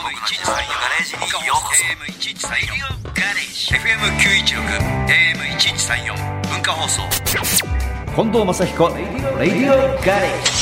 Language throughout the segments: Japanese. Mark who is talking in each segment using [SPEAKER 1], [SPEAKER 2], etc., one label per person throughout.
[SPEAKER 1] FM1134 ガレージにようこそ。 FM1134 ガレージ FM916 AM1134 文化放送。
[SPEAKER 2] 近藤正彦レディオガレージ。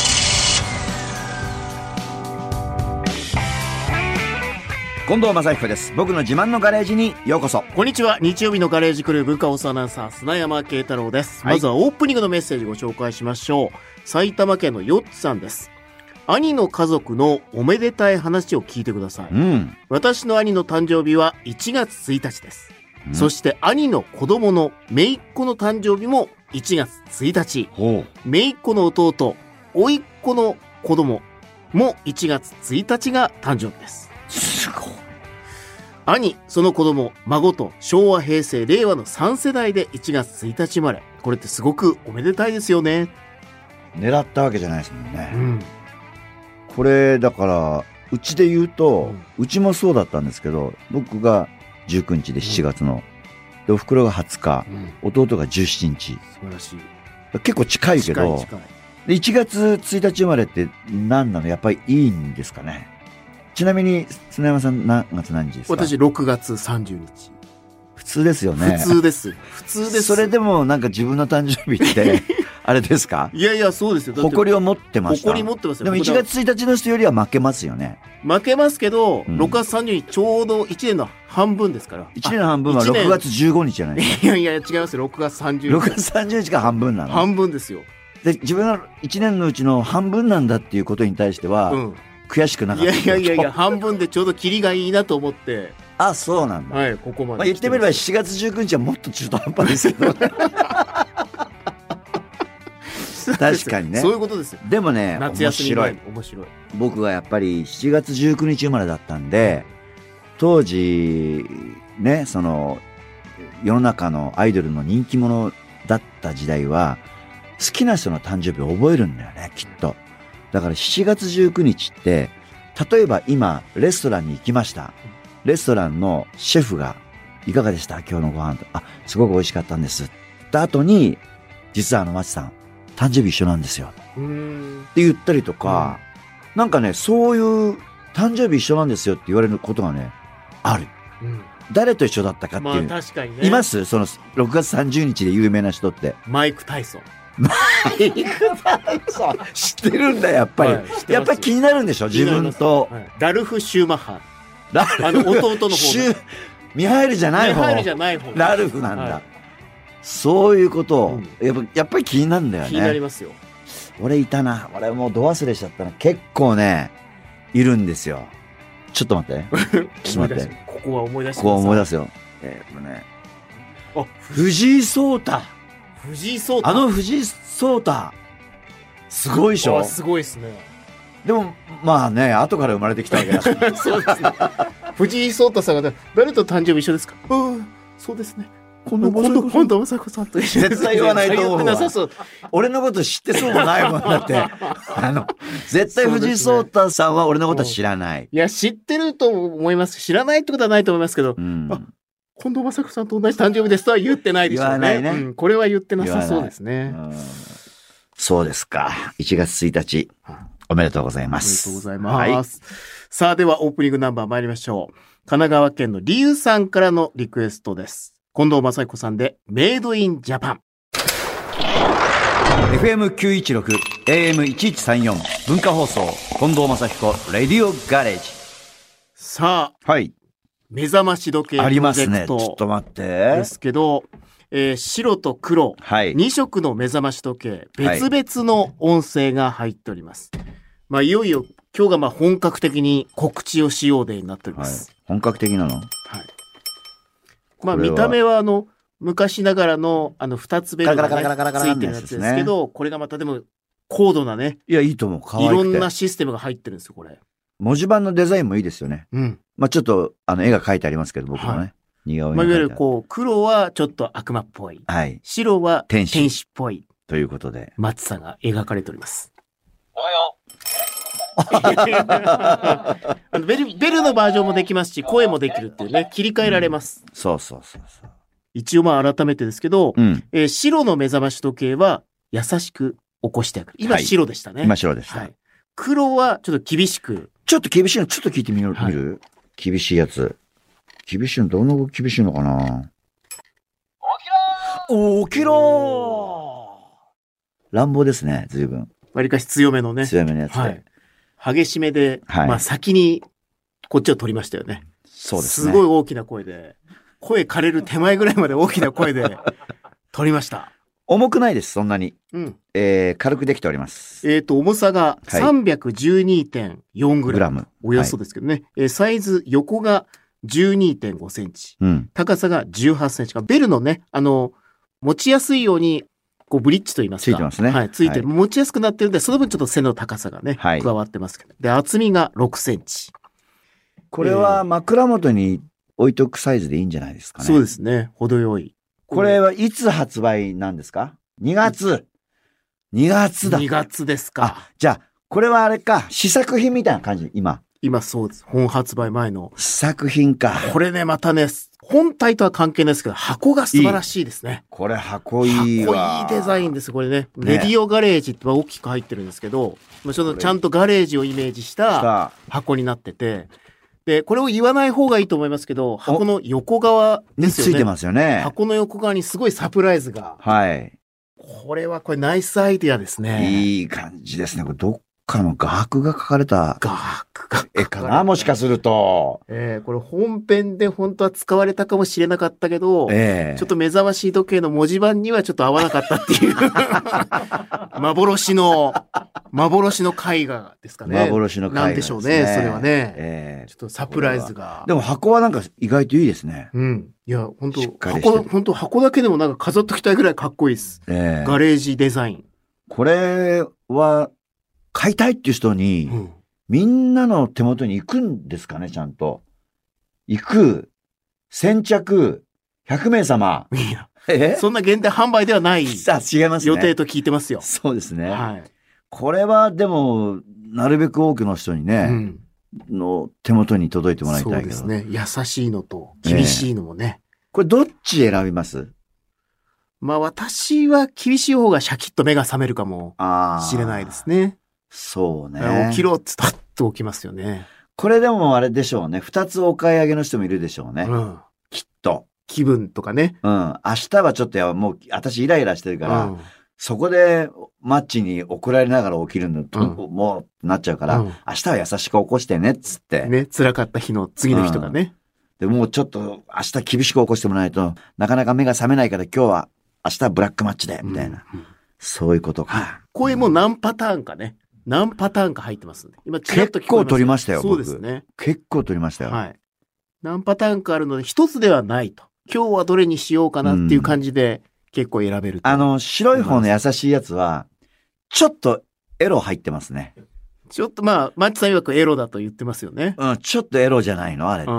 [SPEAKER 2] 近藤正彦です。僕の自慢のガレージにようこそ。
[SPEAKER 3] こんにちは。日曜日のガレージクルー文化放送アナウンサー砂山慶太郎です、
[SPEAKER 2] はい、
[SPEAKER 3] まずはオープニングのメッセージご紹介しましょう。埼玉県のよっつさんです。兄の家族のおめでたい話を聞いてください、私の兄の誕生日は1月1日です、そして兄の子供の姪っ子の誕生日も1月1日、姪っ子の弟、甥っ子の子供も1月1日が誕生日です。
[SPEAKER 2] すごい。
[SPEAKER 3] 兄、その子供、孫と昭和、平成、令和の3世代で1月1日生まれ。これってすごくおめでたいですよね。
[SPEAKER 2] 狙ったわけじゃないですもんね、これだからうちで言うと、うちもそうだったんですけど、僕が19日で7月の、でおふくろが20日、弟が17日。
[SPEAKER 3] 素晴らしい。
[SPEAKER 2] 結構近いけど、
[SPEAKER 3] 近い。
[SPEAKER 2] で1月1日生まれって何なの？やっぱりいいんですかね。ちなみに砂山さん何月何日ですか？
[SPEAKER 3] 私6月30日。
[SPEAKER 2] 普通ですよね。
[SPEAKER 3] 普通です。普通です。
[SPEAKER 2] それでもなんか自分の誕生日ってあれですか？
[SPEAKER 3] いやいや、そうですよ。
[SPEAKER 2] 誇りを持ってました。
[SPEAKER 3] 誇り持ってますよ。
[SPEAKER 2] でも1月1日の人よりは負けますよね。
[SPEAKER 3] 負けますけど、6月30日ちょうど1年の半分ですから。
[SPEAKER 2] 1年の半分は6月15日じゃないですか。
[SPEAKER 3] いやいや違いますよ。6月30日。
[SPEAKER 2] 6月30日が半分なの。
[SPEAKER 3] 半分ですよ。
[SPEAKER 2] で自分の1年のうちの半分なんだっていうことに対しては、悔しくなかった。
[SPEAKER 3] いや半分でちょうどキリがいいなと思って。
[SPEAKER 2] あ、そうなんだ。
[SPEAKER 3] はい、ここまで。
[SPEAKER 2] 言ってみれば7月19日はもっと中途半端ですけどね。確かにね。
[SPEAKER 3] そういうことですよ。
[SPEAKER 2] でもね、
[SPEAKER 3] 夏休み
[SPEAKER 2] 面白い。僕はやっぱり7月19日生まれだったんで、当時ね、その世の中のアイドルの人気者だった時代は好きな人の誕生日を覚えるんだよね、きっと。だから7月19日って例えば今レストランに行きました。レストランのシェフがいかがでした今日のご飯と。あ、すごく美味しかったんです。って後に実はマチさん誕生日一緒なんですよって言ったりとか、なんかね、そういう誕生日一緒なんですよって言われることがねある、誰と一緒だったかっていう、
[SPEAKER 3] 確かにね。
[SPEAKER 2] いますその6月30日で有名な人って。
[SPEAKER 3] マイク・タイソン。
[SPEAKER 2] 知ってるんだやっぱり、やっぱり気になるんでしょ自分と、
[SPEAKER 3] ラルフ・シューマッハ。弟の方。
[SPEAKER 2] ミハイルじゃない方。ラルフなんだ、そういうことを、やっぱり気になるんだよね。
[SPEAKER 3] 気になりますよ。
[SPEAKER 2] 俺いたな。俺もうど忘れしちゃったな。結構ねいるんですよ。ちょっと待ってちょっと待って、
[SPEAKER 3] ここは思い出して。
[SPEAKER 2] ここは思い出すよ。藤井聡太。
[SPEAKER 3] 藤井聡太。
[SPEAKER 2] 藤井聡太すごいでしょ。
[SPEAKER 3] すごいですね。
[SPEAKER 2] でもまあね、後から生まれてきたわけだから
[SPEAKER 3] そうですね。藤井聡太さんが誰と誕生日一緒ですか？そうですね。近藤正彦さんと一緒。
[SPEAKER 2] 絶対言わないと思うわ。俺のこと知ってそうもないもんだって絶対藤井聡太さんは俺のことは知らない。
[SPEAKER 3] いや知ってると思います。知らないってことはないと思いますけど、近藤正彦さんと同じ誕生日ですとは言ってないでしょうね。言わないね、これは言ってなさそうですね。
[SPEAKER 2] そうですか。1月1日おめでとうございます。
[SPEAKER 3] おめでとうございます、さあではオープニングナンバー参りましょう。神奈川県のりゆうさんからのリクエストです。近藤正彦さんでメイドインジャパン。
[SPEAKER 2] FM916 AM1134 文化放送近藤正彦レディオガレージ。
[SPEAKER 3] さあ、目覚まし時計プロジェクトありますね。ちょ
[SPEAKER 2] っと待って
[SPEAKER 3] ですけど、白と黒、2色の目覚まし時計、別々の音声が入っております、いよいよ今日が本格的に告知をしようでになっております、
[SPEAKER 2] 本格的なの？
[SPEAKER 3] 見た目は昔ながらの2つベルが、ついてるやつですけど、これがまたでも高度なね、
[SPEAKER 2] いやいいと思う。可愛くて
[SPEAKER 3] いろんなシステムが入ってるんですよこれ。
[SPEAKER 2] 文字盤のデザインもいいですよね。ちょっと絵が描いてありますけど、僕もね、似顔絵が描いてある。いわゆる黒はちょっと悪魔っぽい、白は天使っぽいということで
[SPEAKER 3] 松さんが描かれております。
[SPEAKER 1] おはよ
[SPEAKER 3] うベルのバージョンもできますし、声もできるっていうね、切り替えられます、
[SPEAKER 2] そう
[SPEAKER 3] 一応改めてですけど、白の目覚まし時計は優しく起こしてあげる。今白でしたね、
[SPEAKER 2] 今白でした、
[SPEAKER 3] 黒はちょっと厳しく。
[SPEAKER 2] ちょっと厳しいの、ちょっと聞いてみる、
[SPEAKER 3] はい、
[SPEAKER 2] 厳しいやつ。厳しいの、どの厳しいのかな。起きろー乱暴ですね、随分。
[SPEAKER 3] わりかし強めのね。
[SPEAKER 2] 強めのやつで。
[SPEAKER 3] はい。激しめで、
[SPEAKER 2] はい、
[SPEAKER 3] まあ先にこっちを取りましたよね。
[SPEAKER 2] そうですね。
[SPEAKER 3] すごい大きな声で、声枯れる手前ぐらいまで大きな声で取りました。
[SPEAKER 2] 重くないです、そんなに。
[SPEAKER 3] うん。
[SPEAKER 2] 軽くできております。
[SPEAKER 3] 重さが 312.4 グラム。およそですけどね。サイズ、横が 12.5 センチ。
[SPEAKER 2] うん。
[SPEAKER 3] 高さが18センチ。ベルのね、持ちやすいように、こう、ブリッジと言いますか。
[SPEAKER 2] ついてますね。
[SPEAKER 3] はい、ついてる。持ちやすくなってるんで、その分ちょっと背の高さがね、加わってますけど。で、厚みが6センチ。
[SPEAKER 2] これは枕元に置いとくサイズでいいんじゃないですかね。
[SPEAKER 3] そうですね。程よい。
[SPEAKER 2] これはいつ発売なんですか ?2 月。2月だ。
[SPEAKER 3] 2月ですか。
[SPEAKER 2] じゃあ、これはあれか、試作品みたいな感じ、今
[SPEAKER 3] そうです。本発売前の。
[SPEAKER 2] 試作品か。
[SPEAKER 3] これね、またね、本体とは関係ないですけど、箱が素晴らしいですね。
[SPEAKER 2] これ箱いいわ。
[SPEAKER 3] 箱いいデザインです、これね。レディオガレージって大きく入ってるんですけど、ちゃんとガレージをイメージした箱になってて、で、これを言わない方がいいと思いますけど、箱の横側ですよね。
[SPEAKER 2] についてますよね。
[SPEAKER 3] 箱の横側にすごいサプライズが。
[SPEAKER 2] はい。
[SPEAKER 3] これはナイスアイディアですね。
[SPEAKER 2] いい感じですね。これどっかの画伯が描かれた。
[SPEAKER 3] 画伯が
[SPEAKER 2] 絵かなもしかすると。
[SPEAKER 3] これ本編で本当は使われたかもしれなかったけど、ちょっと目覚まし時計の文字盤にはちょっと合わなかったっていう。幻の絵画ですかね。
[SPEAKER 2] 幻の絵画、
[SPEAKER 3] なんでしょうね、それはね。ちょっとサプライズが。
[SPEAKER 2] でも箱はなんか意外といいですね。
[SPEAKER 3] うん。いや、本当箱だけでもなんか飾っときたいぐらいかっこいいです。ガレージデザイン。
[SPEAKER 2] これは、買いたいっていう人に、みんなの手元に行くんですかね、ちゃんと。先着、100名様。
[SPEAKER 3] いや、そんな限定販売ではない。違いますね。予定と聞いてますよ。
[SPEAKER 2] そうですね。
[SPEAKER 3] はい。
[SPEAKER 2] これはでも、なるべく多くの人にね、の手元に届いてもらいたいけど。
[SPEAKER 3] そうですね。優しいのと厳しいのもね。
[SPEAKER 2] これどっち選びます？
[SPEAKER 3] まあ私は厳しい方がシャキッと目が覚めるかもしれないですね。
[SPEAKER 2] そうね。
[SPEAKER 3] 起きろってパッと起きますよね。
[SPEAKER 2] これでもあれでしょうね。2つお買い上げの人もいるでしょうね。きっと。
[SPEAKER 3] 気分とかね。
[SPEAKER 2] 明日はちょっともう私イライラしてるから、そこでマッチに怒られながら起きるのと、もうなっちゃうから、明日は優しく起こしてねっつって。
[SPEAKER 3] ね、辛かった日の次の日とかね。
[SPEAKER 2] でもうちょっと明日厳しく起こしてもらわないとなかなか目が覚めないから今日は明日はブラックマッチでみたいな、そういうことか。
[SPEAKER 3] こういうもう何パターンかね。何パターンか入ってますんで。今
[SPEAKER 2] 結構取りましたよ。
[SPEAKER 3] そうですね。
[SPEAKER 2] 結構取りましたよ。
[SPEAKER 3] はい。何パターンかあるので一つではないと。今日はどれにしようかなっていう感じで結構選べると。
[SPEAKER 2] 白い方の優しいやつはちょっとエロ入ってますね。
[SPEAKER 3] ちょっとマッチさん曰くエロだと言ってますよね。
[SPEAKER 2] ちょっとエロじゃないのあれっていう。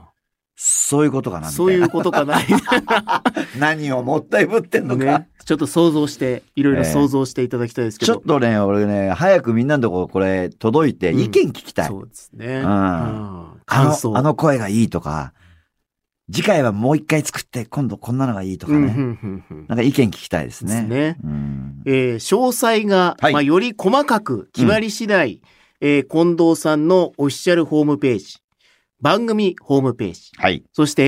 [SPEAKER 2] そういうことかなみたいな。
[SPEAKER 3] そういうことかな。
[SPEAKER 2] 何をもったいぶってんのか。ね、
[SPEAKER 3] ちょっと想像して、いろいろ想像していただきたいですけど。
[SPEAKER 2] ちょっとね、俺ね、早くみんなのとここれ届いて意見聞きたい。
[SPEAKER 3] そうですね。
[SPEAKER 2] 感想。あの声がいいとか、次回はもう一回作って今度こんなのがいいとかね。なんか意見聞きたいですね。
[SPEAKER 3] ですね。詳細が、より細かく決まり次第、近藤さんのオフィシャルホームページ、番組ホームページ、そして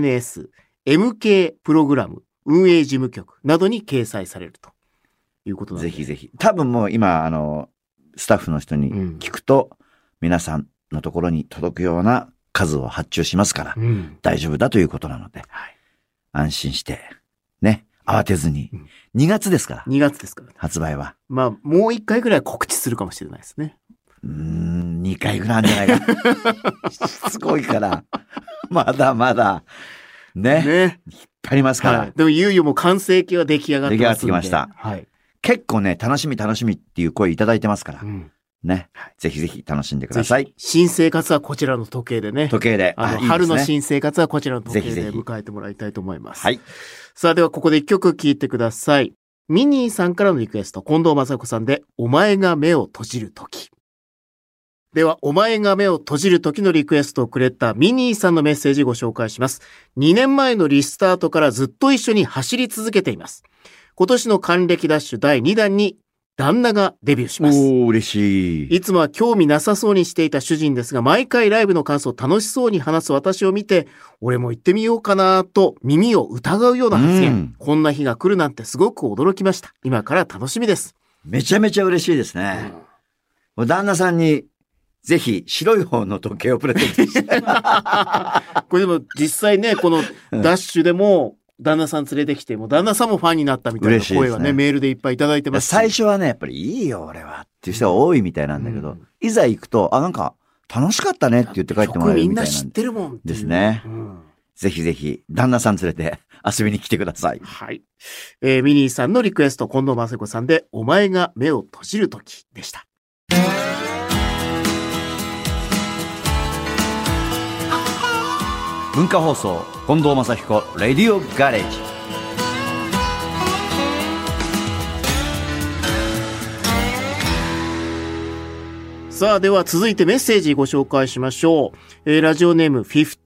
[SPEAKER 3] SNS、MK プログラム、運営事務局などに掲載されるということなので。
[SPEAKER 2] ぜひぜひ。多分もう今、スタッフの人に聞くと、皆さんのところに届くような数を発注しますから、大丈夫だということなので、安心して、ね、慌てずに。2月ですから。
[SPEAKER 3] 2月ですから。
[SPEAKER 2] 発売は。
[SPEAKER 3] もう1回ぐらい告知するかもしれないですね。
[SPEAKER 2] 2回ぐらいあるんじゃないか。すごいから。まだまだ。ね。引っ張りますから。
[SPEAKER 3] でもいよいよもう完成形は出来上がってます。
[SPEAKER 2] 出来上がってきました。結構ね、楽しみっていう声いただいてますから。ね。ぜひぜひ楽しんでください。
[SPEAKER 3] 新生活はこちらの時計でね。
[SPEAKER 2] 時計で。
[SPEAKER 3] 春の新生活はこちらの時計で迎えてもらいたいと思います。はい。さあではここで一曲聴いてください。ミニーさんからのリクエスト、近藤正子さんで、お前が目を閉じるとき。では、お前が目を閉じる時のリクエストをくれたミニーさんのメッセージご紹介します。2年前のリスタートからずっと一緒に走り続けています。今年の還暦ダッシュ第2弾に旦那がデビューします。
[SPEAKER 2] おー、嬉しい。
[SPEAKER 3] いつもは興味なさそうにしていた主人ですが、毎回ライブの感想を楽しそうに話す私を見て、俺も行ってみようかなと耳を疑うような発言。こんな日が来るなんてすごく驚きました。今から楽しみです。
[SPEAKER 2] めちゃめちゃ嬉しいですね。旦那さんに、ぜひ、白い方の時計をプレゼントして。
[SPEAKER 3] これでも実際ね、このダッシュでも、旦那さん連れてきて、もう旦那さんもファンになったみたいな声がね、メールでいっぱいいただいてます。
[SPEAKER 2] 最初はね、やっぱりいいよ、俺はっていう人が多いみたいなんだけど、いざ行くと、なんか、楽しかったねって言って帰ってもらえるみたいな。
[SPEAKER 3] みんな知ってるもん
[SPEAKER 2] ですね。ぜひぜひ、旦那さん連れて遊びに来てください。
[SPEAKER 3] はい。ミニーさんのリクエスト、近藤正子さんで、お前が目を閉じるときでした。
[SPEAKER 2] 文化放送近藤正彦レディオガレージ。
[SPEAKER 3] さあ、では続いてメッセージご紹介しましょう。ラジオネーム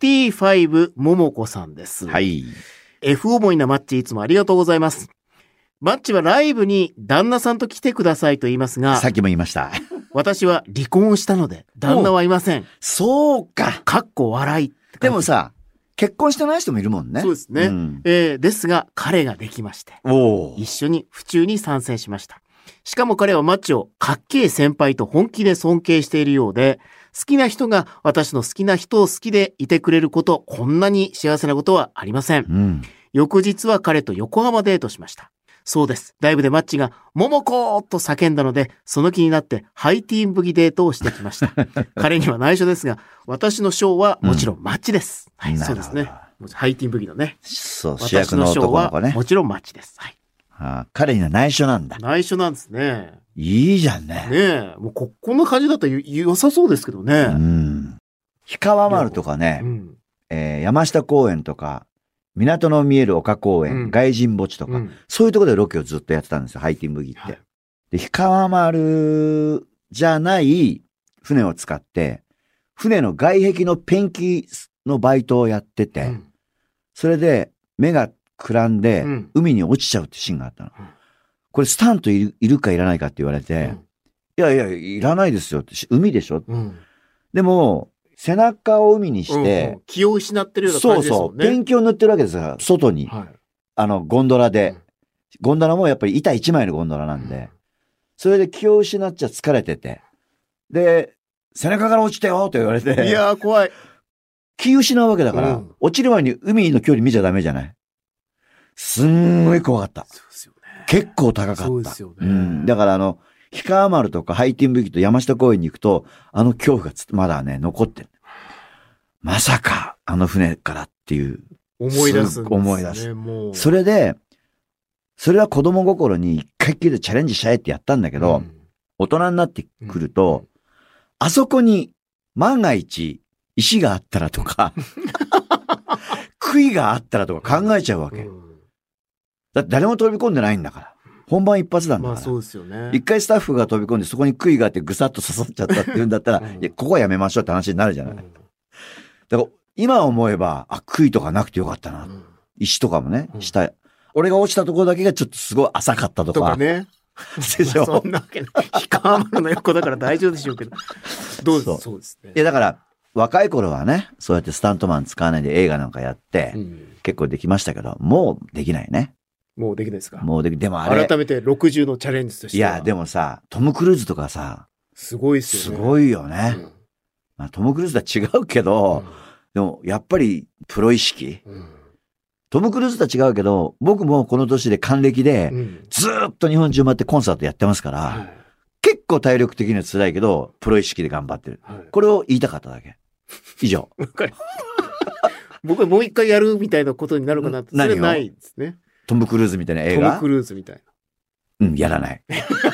[SPEAKER 3] 55ももこさんです。
[SPEAKER 2] はい。
[SPEAKER 3] F 思いなマッチ、いつもありがとうございます。マッチはライブに旦那さんと来てくださいと言いますが、
[SPEAKER 2] さっきも言いました。
[SPEAKER 3] 私は離婚をしたので旦那はいません。
[SPEAKER 2] そうか。
[SPEAKER 3] かっこ笑い。
[SPEAKER 2] でもさ、結婚してない人もいるもんね。
[SPEAKER 3] そうですね。ですが、彼ができまして、一緒に府中に参戦しました。しかも彼はマッチをかっけえ先輩と本気で尊敬しているようで、好きな人が私の好きな人を好きでいてくれること、こんなに幸せなことはありません。翌日は彼と横浜デートしました。そうです。ライブでマッチが、ももこーと叫んだので、その気になってハイティーンブギデートをしてきました。彼には内緒ですが、私のショーはもちろんマッチです。はい、そうですね。ハイティーンブギのね。
[SPEAKER 2] そう、主役の男の子ね。
[SPEAKER 3] もちろんマッチです。はい。
[SPEAKER 2] 彼には内緒なんだ。
[SPEAKER 3] 内緒なんですね。
[SPEAKER 2] いいじゃんね。
[SPEAKER 3] ねえ。もうこんな感じだったら良さそうですけどね。
[SPEAKER 2] 氷川丸とかね、山下公園とか、港の見える丘公園、外人墓地とか、そういうところでロケをずっとやってたんですよ、ハイティンブギって。で、氷川丸じゃない船を使って、船の外壁のペンキのバイトをやってて、それで目がくらんで、海に落ちちゃうってシーンがあったの。これスタントいるかいらないかって言われて、いやいや、いらないですよって、海でしょ、でも、背中を海にして、
[SPEAKER 3] 気を失ってるような感じですもんね。
[SPEAKER 2] そうそう。ペンキを塗ってるわけですから、外に。ゴンドラで。ゴンドラもやっぱり板一枚のゴンドラなんで。それで気を失っちゃ疲れてて。で、背中から落ちてよって言われて。
[SPEAKER 3] いやー、怖い。
[SPEAKER 2] 気失うわけだから、落ちる前に海の距離見ちゃダメじゃない。すんごい怖かった。
[SPEAKER 3] そうですよね。
[SPEAKER 2] 結構高かった。
[SPEAKER 3] そうですよね。
[SPEAKER 2] だから氷川丸とかハイティンブギと山下公園に行くと、恐怖がまだね、残ってる。まさか、船からっていう。
[SPEAKER 3] 思い出すんですね。
[SPEAKER 2] 思い出す。それで、それは子供心に一回きりでチャレンジしちゃえってやったんだけど、大人になってくると、あそこに万が一石があったらとか、杭があったらとか考えちゃうわけ。だって誰も飛び込んでないんだから。本番一発なんだから。
[SPEAKER 3] まあそうですよね。
[SPEAKER 2] 一回スタッフが飛び込んでそこに杭があってぐさっと刺さっちゃったって言うんだったら、いや、ここはやめましょうって話になるじゃない。だから今思えば、杭とかなくてよかったな。石とかもね、下。俺が落ちたところだけがちょっとすごい浅かったとか。
[SPEAKER 3] とかね。
[SPEAKER 2] でしょ。
[SPEAKER 3] そんなわけない。氷川丸の横だから大丈夫でしょうけど。どうですか？そうですね。
[SPEAKER 2] いやだから、若い頃はね、そうやってスタントマン使わないで映画なんかやって、結構できましたけど、もうできないね。
[SPEAKER 3] もうできないですか？
[SPEAKER 2] もうでもあれ。
[SPEAKER 3] 改めて60のチャレンジとしては。
[SPEAKER 2] いや、でもさ、トム・クルーズとかさ、
[SPEAKER 3] すごいっすよね。
[SPEAKER 2] すごいよね。まあ、トム・クルーズとは違うけど、でもやっぱりプロ意識。トム・クルーズとは違うけど、僕もこの年で還暦で、ずーっと日本中回ってコンサートやってますから、結構体力的には辛いけど、プロ意識で頑張ってる。これを言いたかっただけ。以上。
[SPEAKER 3] 僕はもう一回やるみたいなことになるかなって。それないですね。
[SPEAKER 2] トム・クルーズみたいな映画？
[SPEAKER 3] トム・クルーズみたい
[SPEAKER 2] な。やらない。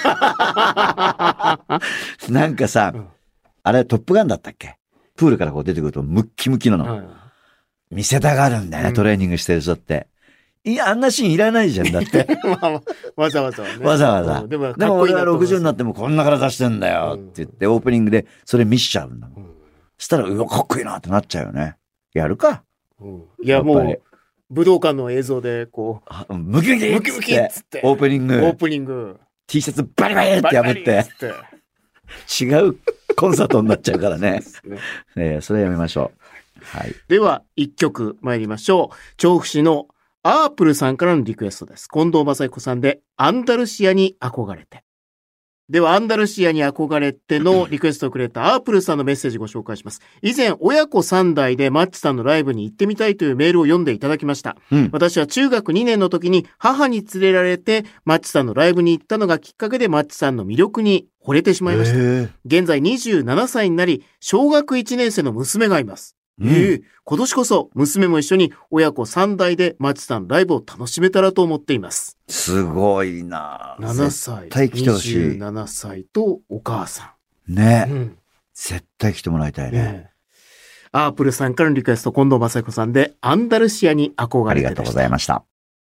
[SPEAKER 2] なんかさ、あれトップガンだったっけ？プールからこう出てくるとムッキムキなの。見せたがるんだよね、トレーニングしてる人って。いや、あんなシーンいらないじゃん、だって。
[SPEAKER 3] わざわざね。
[SPEAKER 2] わざわざ。でも俺は60になってもこんな体してんだよって言って、オープニングでそれ見しちゃうんだもん。そしたら、うわ、かっこいいなってなっちゃうよね。やるか。
[SPEAKER 3] いや、もう、武道館の映像で、こう、
[SPEAKER 2] ムキムキっつって。オープニング。 T シャツバリバリって破って違うコンサートになっちゃうからね。それやめましょう。はい。
[SPEAKER 3] では一曲参りましょう。調布市のアープルさんからのリクエストです。近藤正彦さんでアンダルシアに憧れて。ではアンダルシアに憧れてのリクエストをくれたアープルさんのメッセージご紹介します。以前親子3代でマッチさんのライブに行ってみたいというメールを読んでいただきました。私は中学2年の時に母に連れられてマッチさんのライブに行ったのがきっかけでマッチさんの魅力に惚れてしまいました。現在27歳になり小学1年生の娘がいます。今年こそ娘も一緒に親子3代でマッチさんライブを楽しめたらと思っています。
[SPEAKER 2] すごいな。
[SPEAKER 3] 7歳、
[SPEAKER 2] 絶対来てほしい。
[SPEAKER 3] 27歳とお母さ
[SPEAKER 2] ん。ね、絶対来てもらいたいね。
[SPEAKER 3] アープルさんからのリクエスト、近藤正彦さんでアンダルシアに憧れてでした。
[SPEAKER 2] ありがとうございました。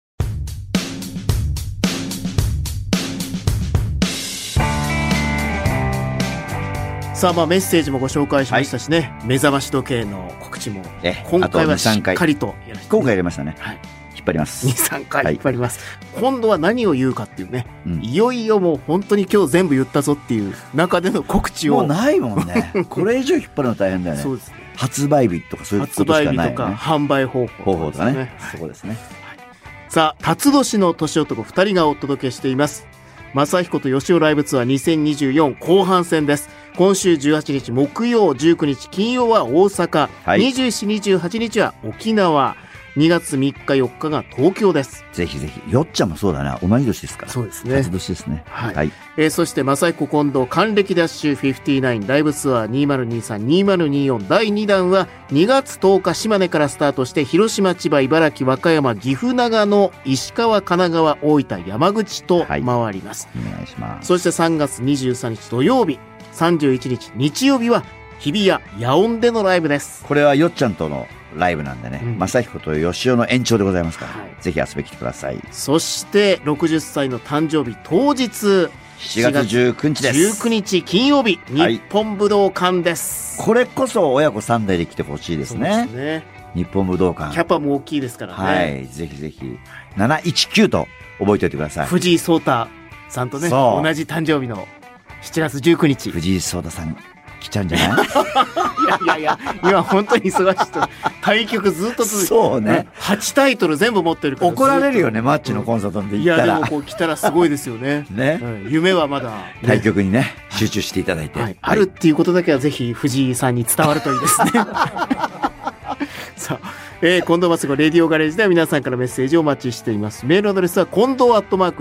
[SPEAKER 3] さあメッセージもご紹介しましたしね、目覚まし時計の告知も今回はしっかりとやらせて、
[SPEAKER 2] 今回やりましたね。引っ張ります。
[SPEAKER 3] 2、3回引っ張ります。今度は何を言うかっていうね、いよいよもう本当に今日全部言ったぞっていう中での告知を。
[SPEAKER 2] もうないもんね。これ以上引っ張るの大変だよね。
[SPEAKER 3] そうですね。
[SPEAKER 2] 発売日とかそういうことしかないよね。
[SPEAKER 3] 発売日とか販売方法
[SPEAKER 2] とかね。そこですね。
[SPEAKER 3] さあ、辰年の年男2人がお届けしています。正彦と吉尾ライブツアー2024後半戦です。今週18日木曜、19日金曜は大阪、27、28日は沖縄、2月3日4日が東京です。
[SPEAKER 2] ぜひぜひ。よっちゃんもそうだな、同い年ですから。
[SPEAKER 3] そうですね。
[SPEAKER 2] 初年ですね。
[SPEAKER 3] そして正彦近藤還暦ダッシュ59ライブツアー2023-2024第2弾は2月10日島根からスタートして広島、千葉、茨城、和歌山、岐阜、長野、石川、神奈川、大分、山口と回ります。
[SPEAKER 2] お願いします。
[SPEAKER 3] そして3月23日土曜日、31日日曜日は日比谷野音でのライブです。
[SPEAKER 2] これはよっちゃんとのライブなんでね、正彦と吉尾の延長でございますから、ぜひ遊びに来てください。
[SPEAKER 3] そして60歳の誕生日当日
[SPEAKER 2] 7月19日です。
[SPEAKER 3] 19日金曜日、日本武道館です。
[SPEAKER 2] これこそ親子3代で来てほしいですね。
[SPEAKER 3] そうですね。
[SPEAKER 2] 日本武道館。
[SPEAKER 3] キャパも大きいですからね。
[SPEAKER 2] ぜひぜひ。719と覚えておいてください。
[SPEAKER 3] 藤井聡太さんとね、同じ誕生日の7月19日。
[SPEAKER 2] 藤井聡太さん来ちゃうんじゃない？
[SPEAKER 3] いや、今本当に忙しいと。対局ずっと続いて。
[SPEAKER 2] そうね。
[SPEAKER 3] 8タイトル全部持ってるから。
[SPEAKER 2] 怒られるよね、マッチのコンサートで行ったら。
[SPEAKER 3] いや、でも来たらすごいですよね。夢はまだ。
[SPEAKER 2] 対局にね、集中していただいて。
[SPEAKER 3] あるっていうことだけはぜひ藤井さんに伝わるといいですね。さあ。近藤正子レディオガレージでは皆さんからメッセージをお待ちしています。メールアドレスは近藤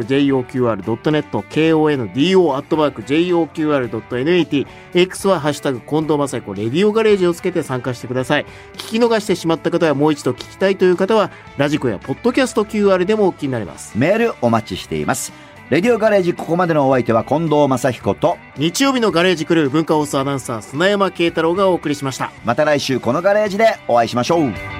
[SPEAKER 3] @joqr.net、kondo@joqr.net、X はハッシュタグ近藤正子レディオガレージをつけて参加してください。聞き逃してしまった方はもう一度聞きたいという方はラジコやポッドキャスト QR でもお聞きになれます。
[SPEAKER 2] メールお待ちしています。レディオガレージ、ここまでのお相手は近藤正彦と
[SPEAKER 3] 日曜日のガレージクルー文化放送アナウンサー砂山慶太郎がお送りしました。
[SPEAKER 2] また来週このガレージでお会いしましょう。